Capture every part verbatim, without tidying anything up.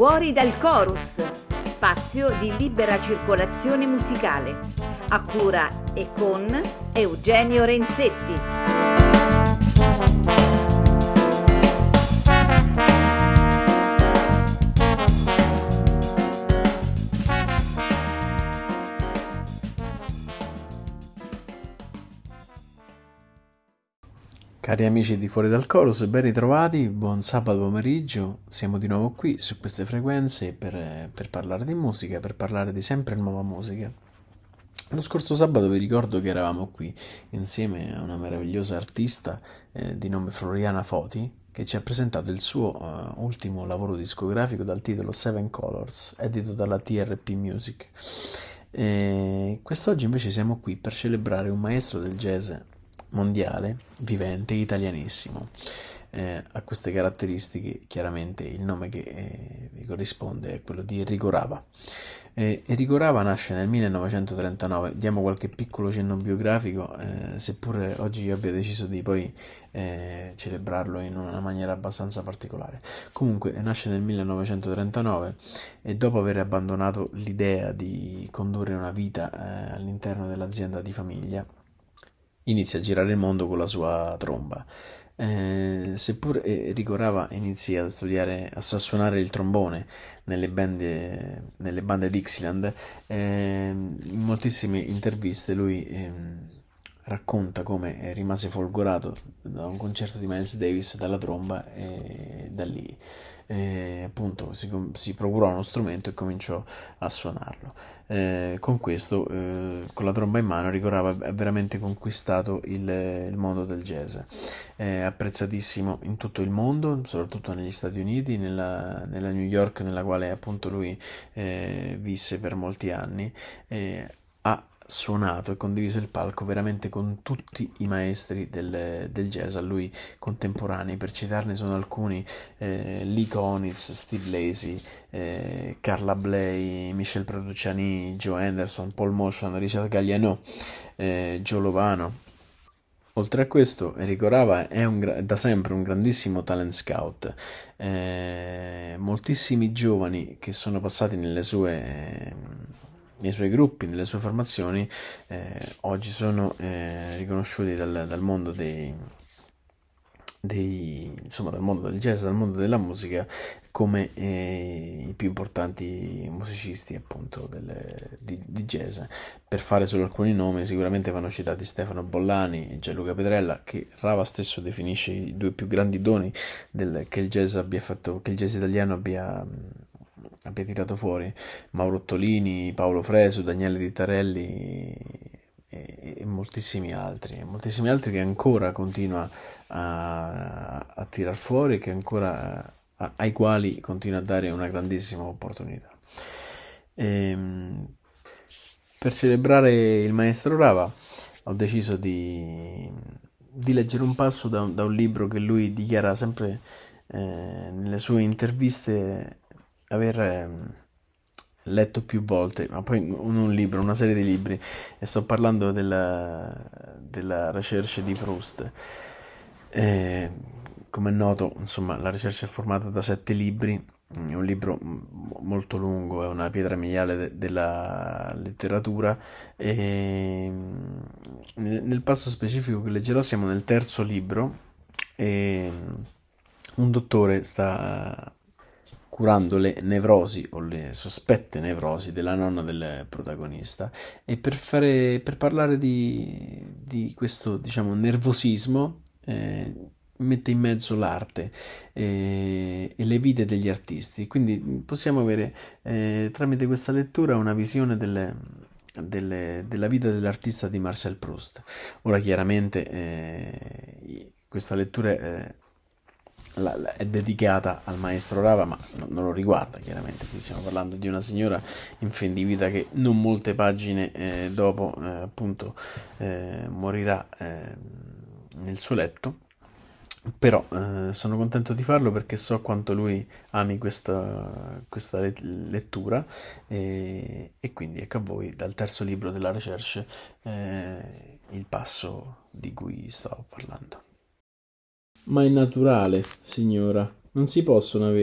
Fuori dal Chorus, spazio di libera circolazione musicale, a cura e con Eugenio Renzetti. Cari amici di Fuori dal Chorus, ben ritrovati, buon sabato pomeriggio, siamo di nuovo qui su queste frequenze per, per parlare di musica, per parlare di sempre nuova musica. Lo scorso sabato vi ricordo che eravamo qui insieme a una meravigliosa artista eh, di nome Floriana Foti, che ci ha presentato il suo uh, ultimo lavoro discografico dal titolo Seven Colors, edito dalla T R P Music. E quest'oggi invece siamo qui per celebrare un maestro del jazz mondiale, vivente, italianissimo. Eh, a queste caratteristiche chiaramente il nome che eh, vi corrisponde è quello di Enrico Rava. Eh, Enrico Rava nasce nel millenovecentotrentanove, diamo qualche piccolo cenno biografico, eh, seppure oggi io abbia deciso di poi eh, celebrarlo in una maniera abbastanza particolare. Comunque nasce nel millenovecentotrentanove e dopo aver abbandonato l'idea di condurre una vita eh, all'interno dell'azienda di famiglia, inizia a girare il mondo con la sua tromba. Eh, seppur Enrico Rava inizia a studiare, a suonare il trombone nelle bande, nelle bande Dixieland, eh, in moltissime interviste lui eh, racconta come rimase folgorato da un concerto di Miles Davis dalla tromba e da lì eh, appunto si, si procurò uno strumento e cominciò a suonarlo. Eh, con questo, eh, con la tromba in mano, Enrico Rava ha veramente conquistato il, il mondo del jazz. È apprezzatissimo in tutto il mondo, soprattutto negli Stati Uniti, nella, nella New York, nella quale appunto lui eh, visse per molti anni. Eh, ha suonato e condiviso il palco veramente con tutti i maestri del, del jazz a lui contemporanei. Per citarne sono alcuni: eh, Lee Konitz, Steve Lacy, eh, Carla Bley, Michel Petrucciani, Joe Henderson, Paul Motian, Richard Galliano, eh, Joe Lovano. Oltre a questo, Enrico Rava è un, da sempre un grandissimo talent scout. Eh, moltissimi giovani che sono passati nelle sue nei suoi gruppi, nelle sue formazioni, eh, oggi sono eh, riconosciuti dal, dal mondo dei, dei insomma dal mondo del jazz, dal mondo della musica, come eh, i più importanti musicisti appunto del, di, di jazz. Per fare solo alcuni nomi, sicuramente vanno citati Stefano Bollani e Gianluca Petrella, che Rava stesso definisce i due più grandi doni del, che il jazz abbia fatto, che il jazz italiano abbia abbia tirato fuori. Mauro Ottolini, Paolo Fresu, Daniele Dittarelli e, e moltissimi altri, moltissimi altri che ancora continua a, a tirar fuori, che ancora a, ai quali continua a dare una grandissima opportunità. E, per celebrare il maestro Rava ho deciso di, di leggere un passo da, da un libro che lui dichiara sempre eh, nelle sue interviste aver eh, letto più volte, ma poi non un libro, una serie di libri, e sto parlando della, della Recherche di Proust. Eh, come è noto, insomma, la Recherche è formata da sette libri, è un libro molto lungo, è una pietra miliare de- della letteratura, e nel, nel passo specifico che leggerò siamo nel terzo libro, e un dottore sta curando le nevrosi o le sospette nevrosi della nonna del protagonista, e per fare per parlare di, di questo, diciamo, nervosismo eh, mette in mezzo l'arte eh, e le vite degli artisti. Quindi possiamo avere eh, tramite questa lettura una visione delle, delle, della vita dell'artista di Marcel Proust. Ora chiaramente eh, questa lettura è La, la, è dedicata al maestro Rava, ma no, non lo riguarda chiaramente. Qui stiamo parlando di una signora in fin di vita che non molte pagine eh, dopo eh, appunto eh, morirà eh, nel suo letto. Però eh, sono contento di farlo perché so quanto lui ami questa, questa lettura, e, e quindi ecco a voi dal terzo libro della Recherche eh, il passo di cui stavo parlando. Ma è naturale, signora, non si possono avere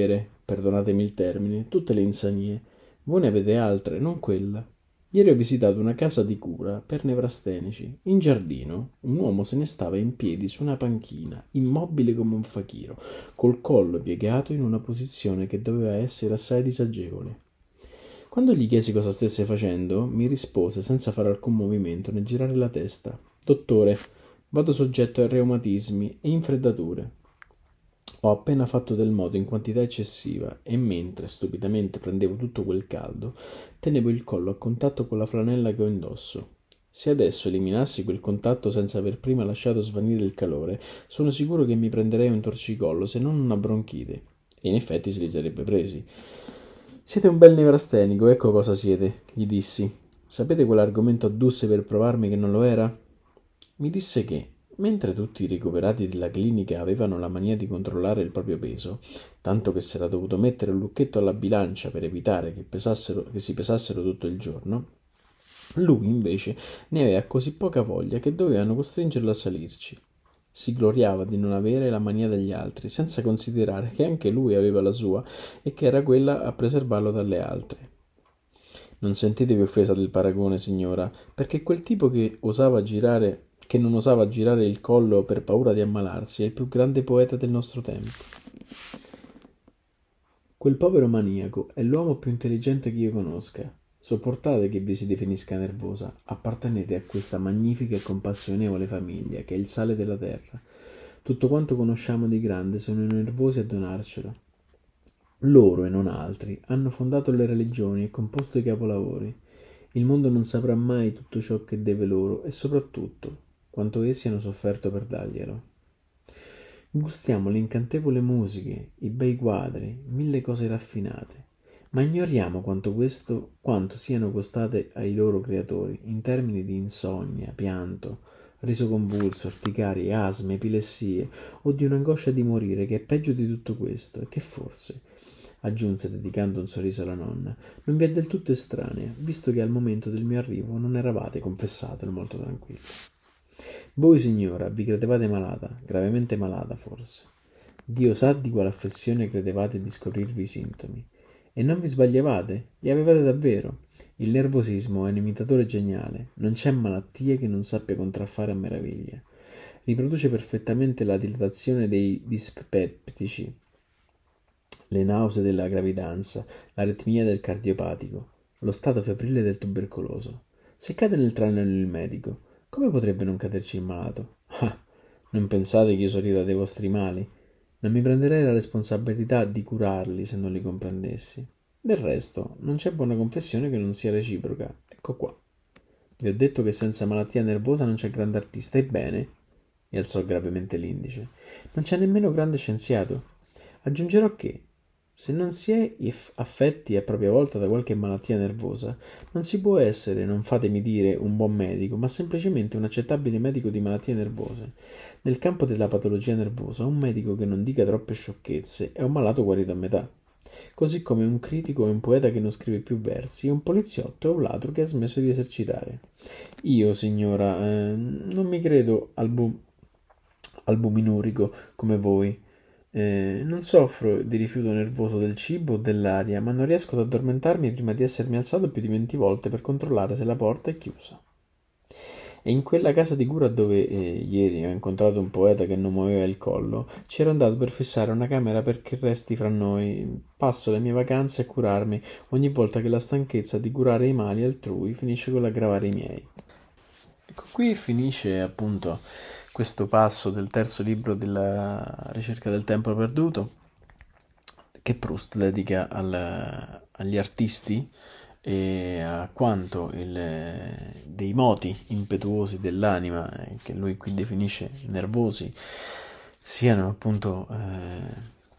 perdonatemi il termine, tutte le insanie. Voi ne avete altre, non quella. Ieri ho visitato una casa di cura per nevrastenici. In giardino un uomo se ne stava in piedi su una panchina, immobile come un fakiro, col collo piegato in una posizione che doveva essere assai disagevole. Quando gli chiesi cosa stesse facendo, mi rispose senza fare alcun movimento né girare la testa: dottore, vado soggetto a reumatismi e infreddature. Ho appena fatto del moto in quantità eccessiva e mentre stupidamente prendevo tutto quel caldo, tenevo il collo a contatto con la flanella che ho indosso. Se adesso eliminassi quel contatto senza aver prima lasciato svanire il calore, sono sicuro che mi prenderei un torcicollo, se non una bronchite. E in effetti se li sarebbe presi. Siete un bel nevrastenico, ecco cosa siete, gli dissi. Sapete quell'argomento addusse per provarmi che non lo era? Mi disse che, mentre tutti i ricoverati della clinica avevano la mania di controllare il proprio peso, tanto che s'era dovuto mettere un lucchetto alla bilancia per evitare che, pesassero, che si pesassero tutto il giorno, lui invece ne aveva così poca voglia che dovevano costringerlo a salirci. Si gloriava di non avere la mania degli altri, senza considerare che anche lui aveva la sua e che era quella a preservarlo dalle altre. Non sentitevi offesa del paragone, signora, perché quel tipo che osava girare che non osava girare il collo per paura di ammalarsi è il più grande poeta del nostro tempo. Quel povero maniaco è l'uomo più intelligente che io conosca. Sopportate che vi si definisca nervosa, appartenete a questa magnifica e compassionevole famiglia che è il sale della terra. Tutto quanto conosciamo di grande sono i nervosi a donarcelo. Loro e non altri hanno fondato le religioni e composto i capolavori. Il mondo non saprà mai tutto ciò che deve loro e soprattutto quanto essi hanno sofferto per darglielo. Gustiamo le incantevoli musiche, i bei quadri, mille cose raffinate, ma ignoriamo quanto questo, quanto siano costate ai loro creatori in termini di insonnia, pianto, riso convulso, orticarie, asme, epilessie o di un'angoscia di morire che è peggio di tutto questo e che forse, aggiunse dedicando un sorriso alla nonna, non vi è del tutto estranea, visto che al momento del mio arrivo non eravate, confessatelo, molto tranquilli. Voi, signora, vi credevate malata, gravemente malata forse. Dio sa di quale affezione credevate di scoprirvi i sintomi. E non vi sbagliavate, li avevate davvero. Il nervosismo è un imitatore geniale, non c'è malattia che non sappia contraffare a meraviglia. Riproduce perfettamente la dilatazione dei dispeptici, le nausee della gravidanza, l'aritmia del cardiopatico, lo stato febbrile del tubercoloso. Se cade nel tranello il medico, come potrebbe non caderci il malato? Ah, non pensate che io sorrida dei vostri mali? Non mi prenderei la responsabilità di curarli se non li comprendessi. Del resto, non c'è buona confessione che non sia reciproca. Ecco qua. Vi ho detto che senza malattia nervosa non c'è grande artista. Ebbene, mi alzò gravemente l'indice, non c'è nemmeno grande scienziato. Aggiungerò che, se non si è affetti a propria volta da qualche malattia nervosa, non si può essere, non fatemi dire, un buon medico, ma semplicemente un accettabile medico di malattie nervose. Nel campo della patologia nervosa, un medico che non dica troppe sciocchezze è un malato guarito a metà. Così come un critico è un poeta che non scrive più versi, e un poliziotto è un ladro che ha smesso di esercitare. Io, signora, eh, non mi credo albu- albuminurico come voi. Eh, non soffro di rifiuto nervoso del cibo o dell'aria, ma non riesco ad addormentarmi prima di essermi alzato più di venti volte per controllare se la porta è chiusa. E in quella casa di cura dove eh, ieri ho incontrato un poeta che non muoveva il collo, ci ero andato per fissare una camera perché resti fra noi. Passo le mie vacanze a curarmi ogni volta che la stanchezza di curare i mali altrui finisce con l'aggravare i miei. Ecco, qui finisce appunto questo passo del terzo libro della ricerca del tempo perduto che Proust dedica al, agli artisti e a quanto il, dei moti impetuosi dell'anima, eh, che lui qui definisce nervosi, siano appunto eh,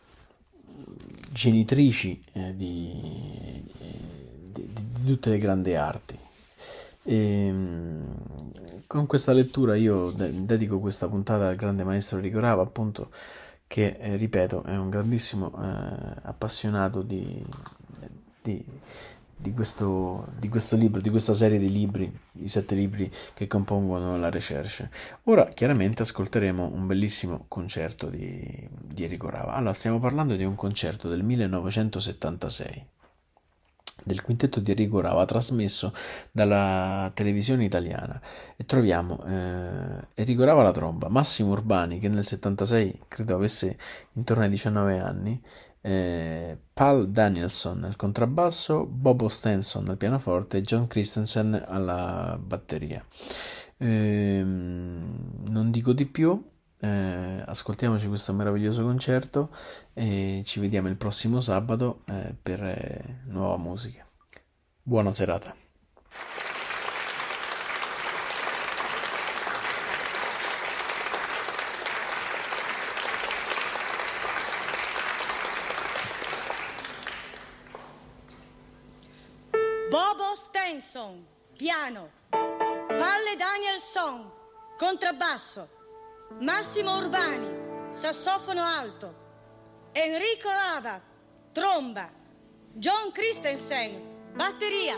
genitrici eh, di, di, di tutte le grandi arti. E, con questa lettura io de- dedico questa puntata al grande maestro Enrico Rava, appunto, che eh, ripeto è un grandissimo eh, appassionato di, di, di questo, di questo libro, di questa serie di libri, i sette libri che compongono la Recherche. Ora chiaramente ascolteremo un bellissimo concerto di, di Enrico Rava. Allora, stiamo parlando di un concerto del millenovecentosettantasei del quintetto di Enrico Rava, trasmesso dalla televisione italiana, e troviamo eh, Enrico Rava alla tromba, Massimo Urbani che nel settantasei credo avesse intorno ai diciannove anni, eh, Paul Danielson al contrabbasso, Bobo Stenson al pianoforte e John Christensen alla batteria. Ehm, non dico di più. Eh, ascoltiamoci questo meraviglioso concerto e ci vediamo il prossimo sabato eh, per eh, nuova musica. Buona serata. Bobo Stenson, piano. Palle Danielson, contrabbasso. Massimo Urbani, sassofono alto. Enrico Rava, tromba. John Christensen, batteria.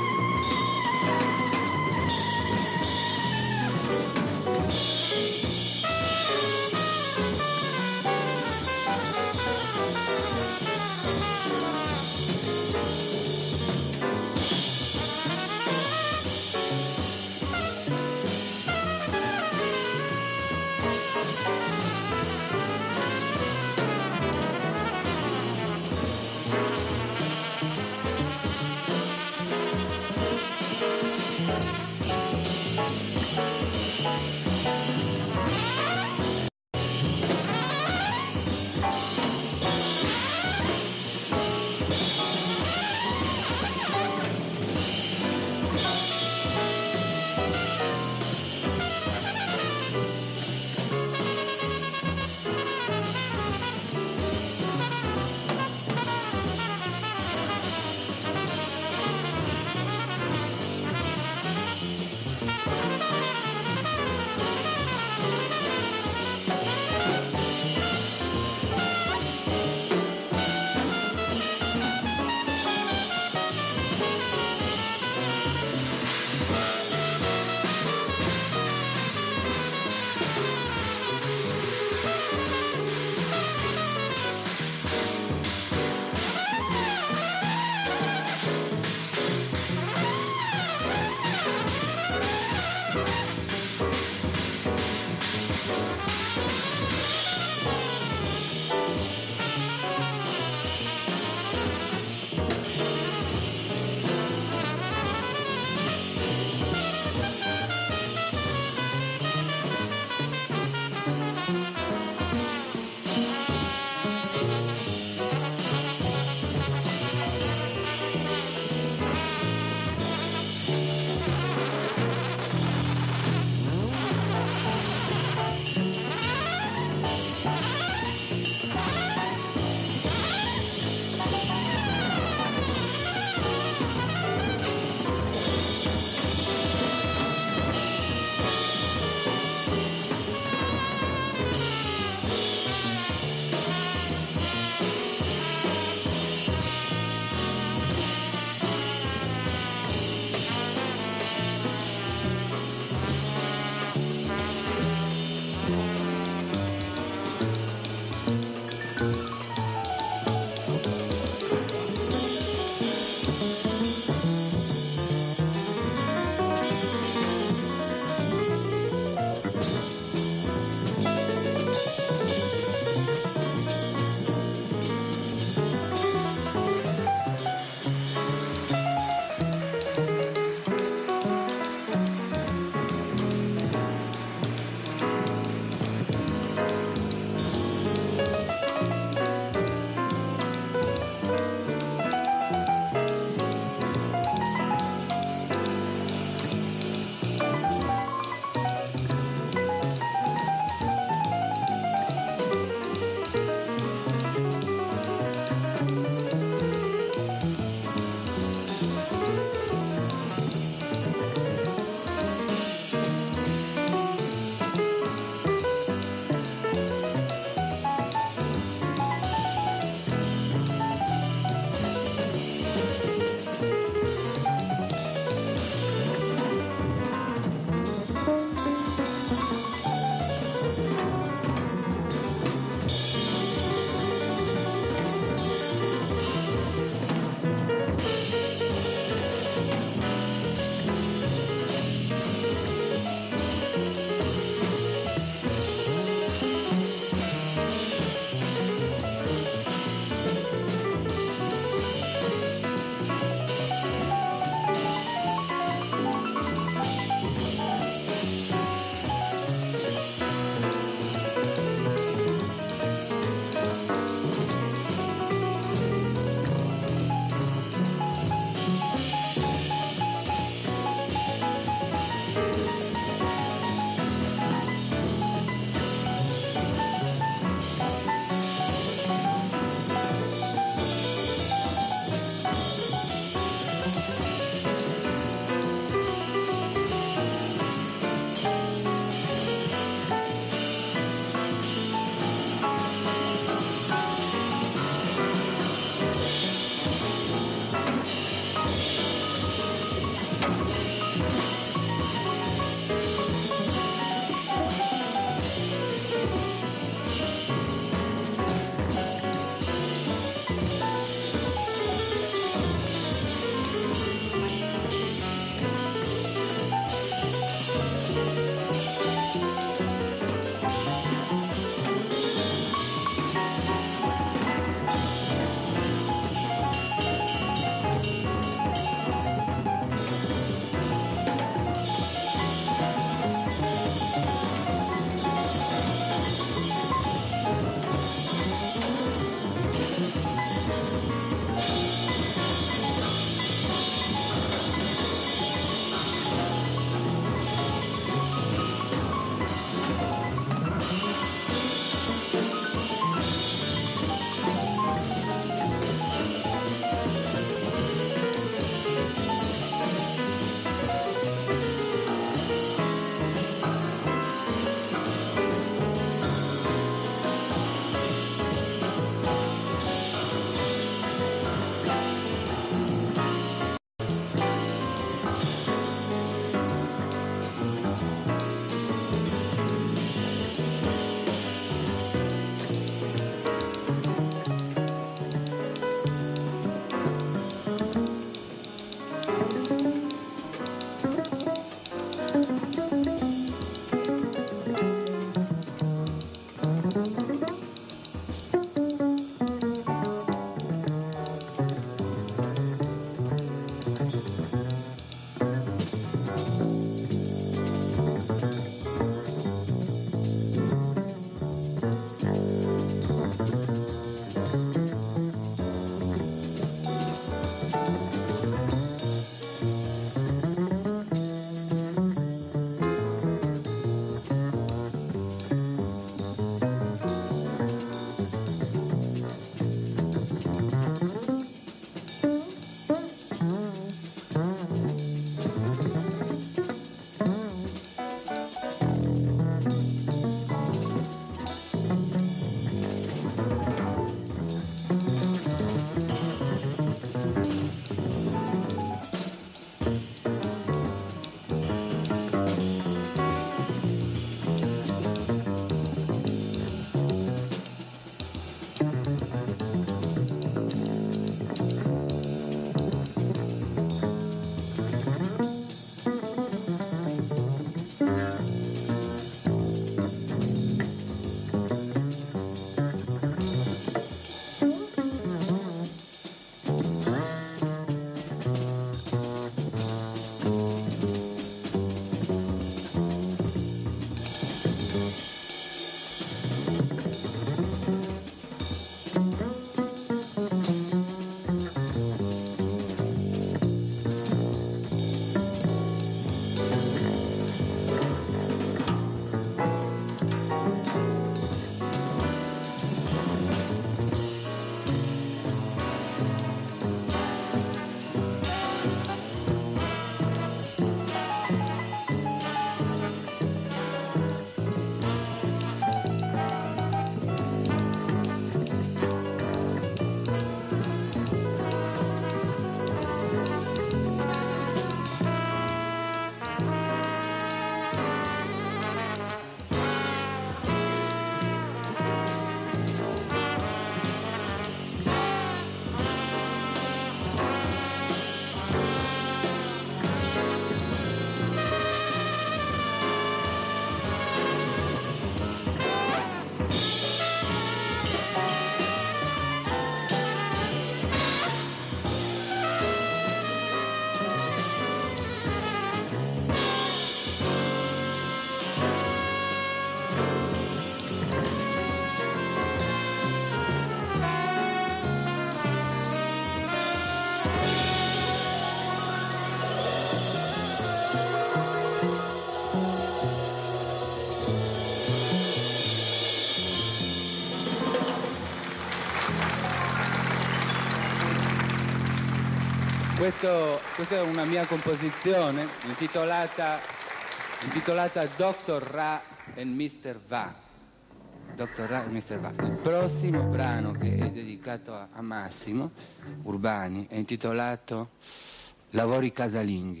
Questo, questa è una mia composizione intitolata, intitolata doctor Ra e mister Va. doctor Ra e mister Va. Il prossimo brano, che è dedicato a, a Massimo Urbani, è intitolato Lavori casalinghi.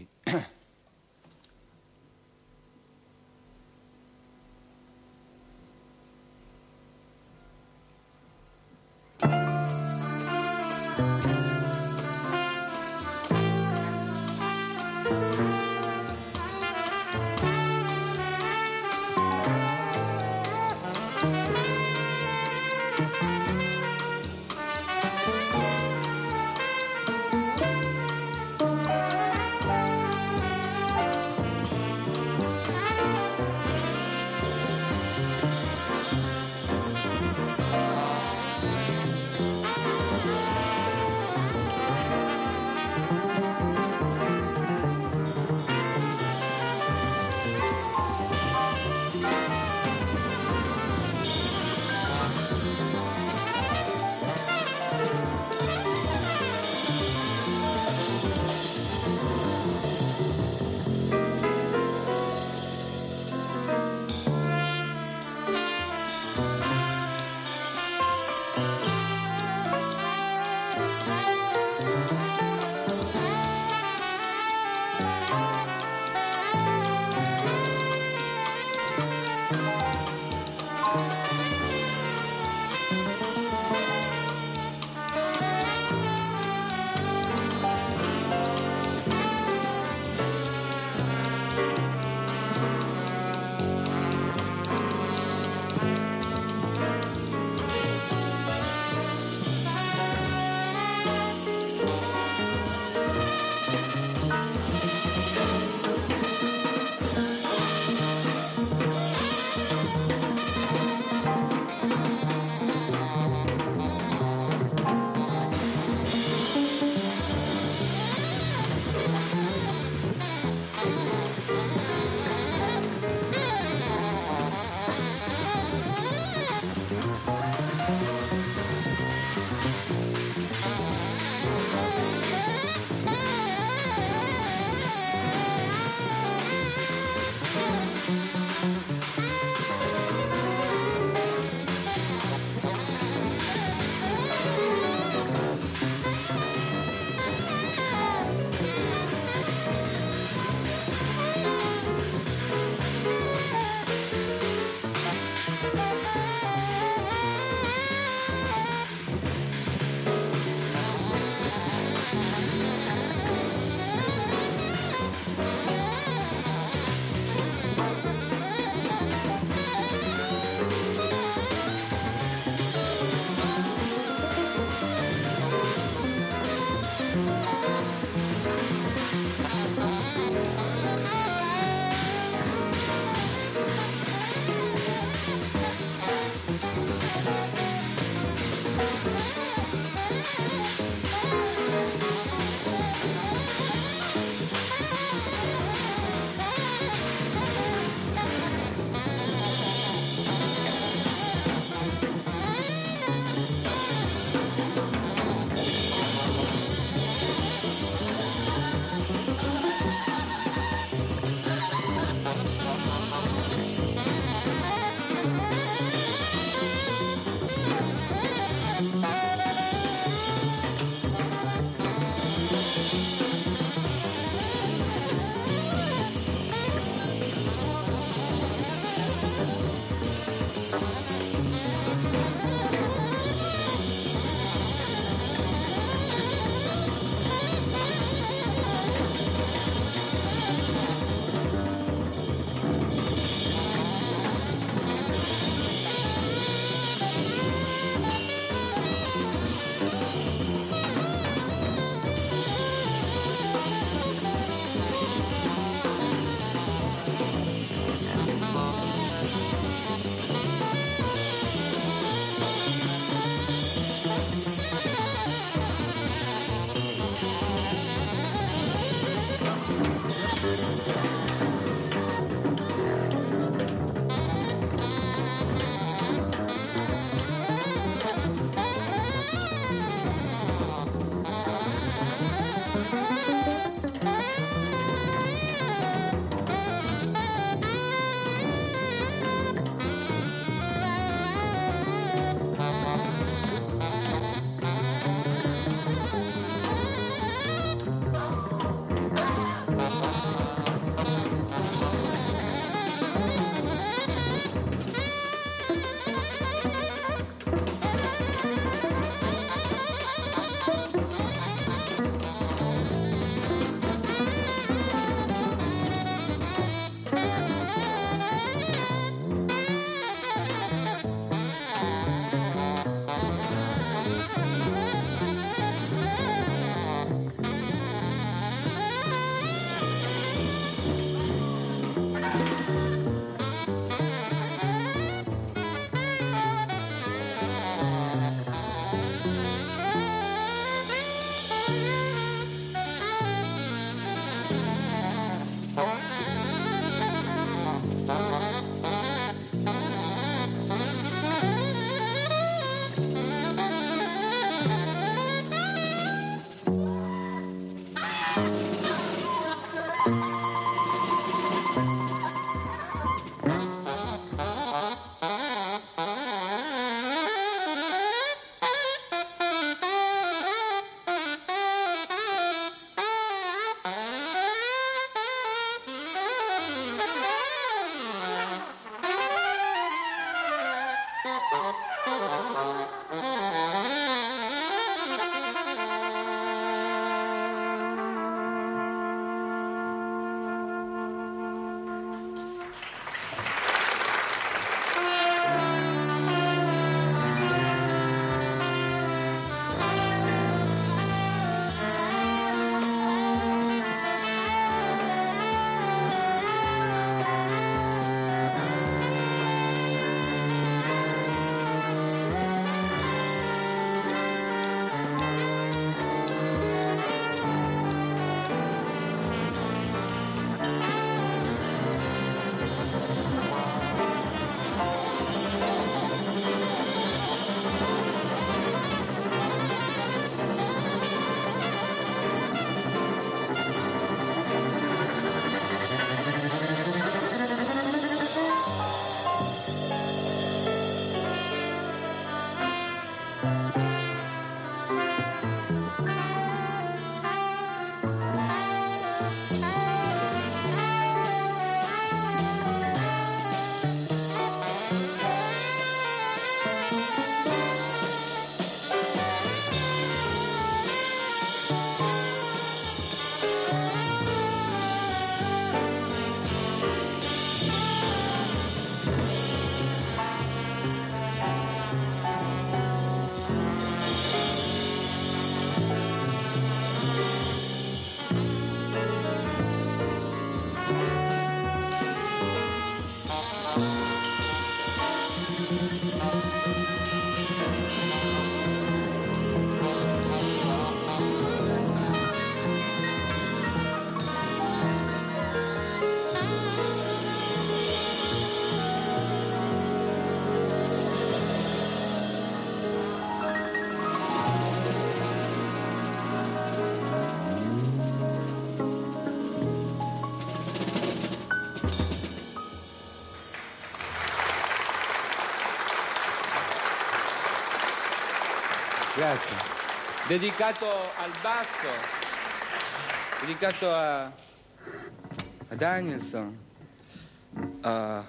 Grazie. Dedicato al basso, dedicato a, a Danielson, uh,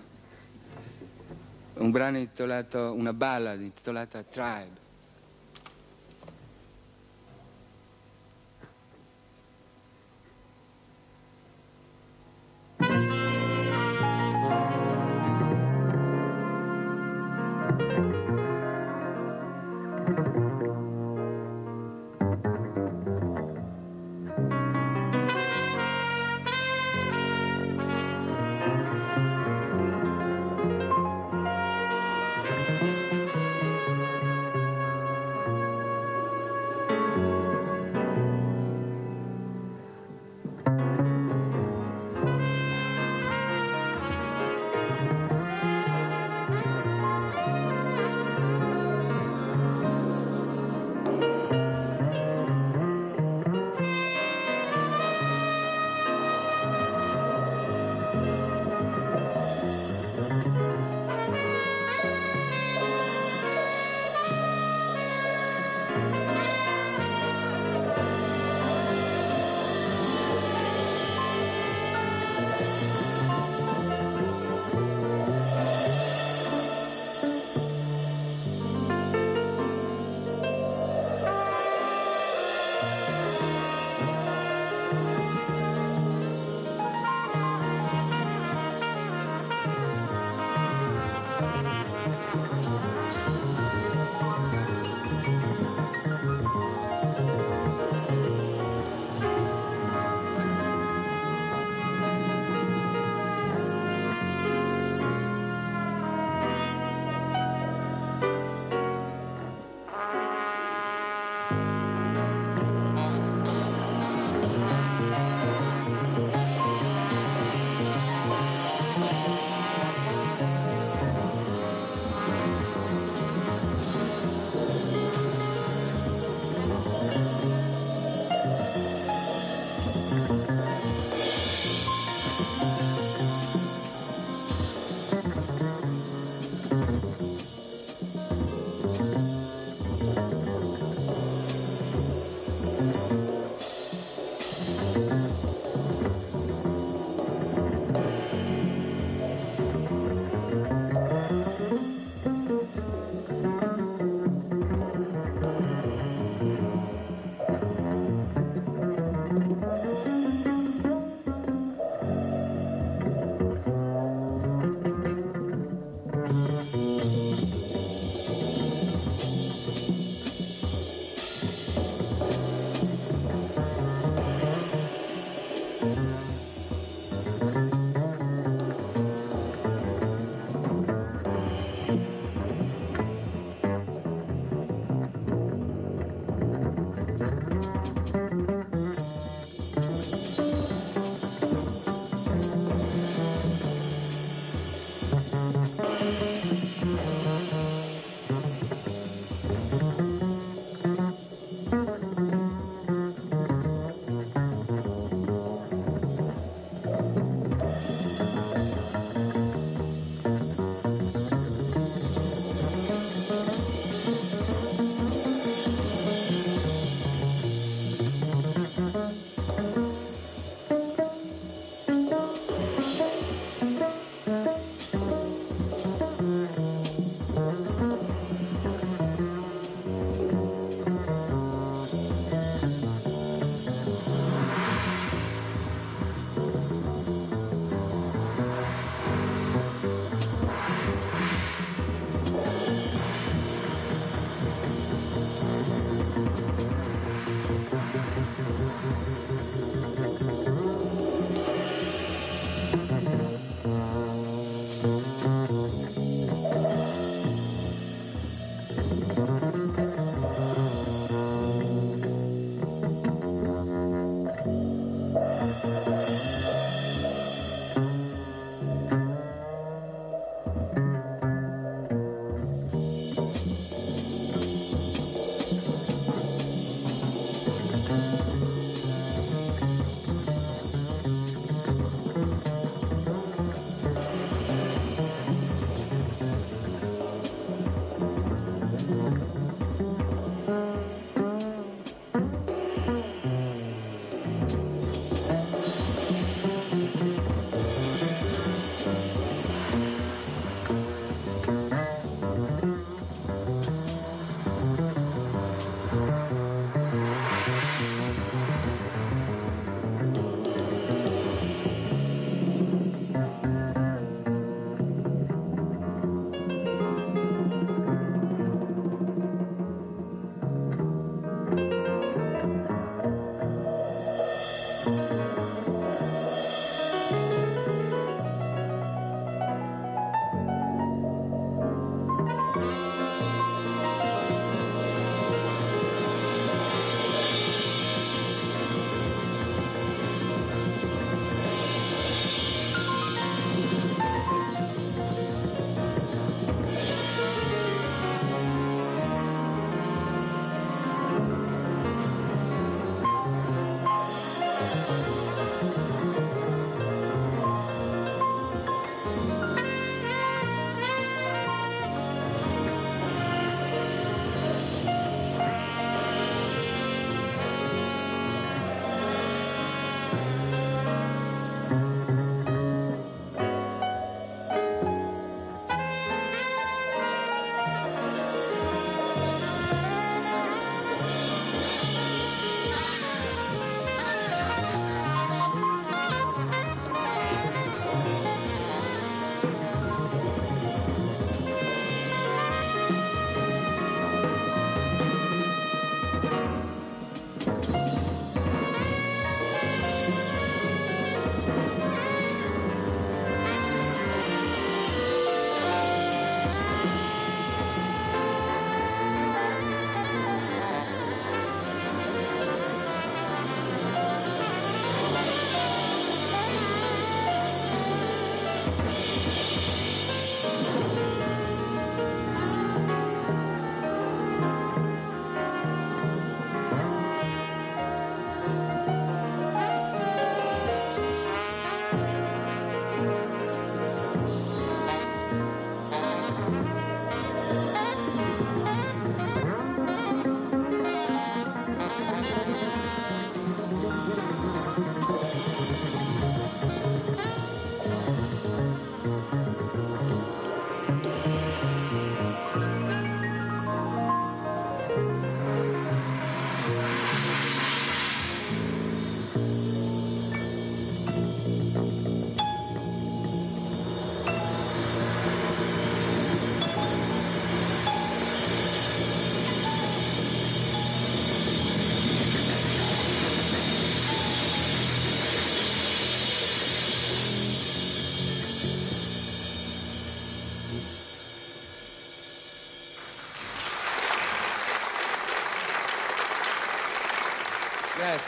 un brano intitolato, una ballad intitolata Tribe.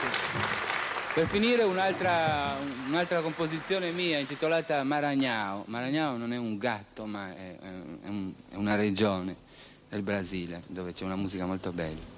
Per finire un'altra, un'altra composizione mia intitolata Maranhão. Maranhão non è un gatto, ma è, è, un, è una regione del Brasile dove c'è una musica molto bella.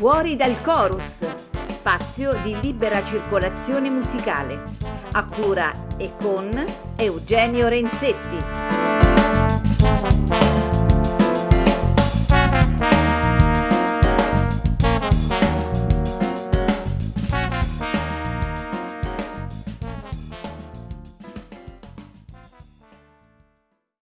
Fuori dal chorus, spazio di libera circolazione musicale, a cura e con Eugenio Renzetti.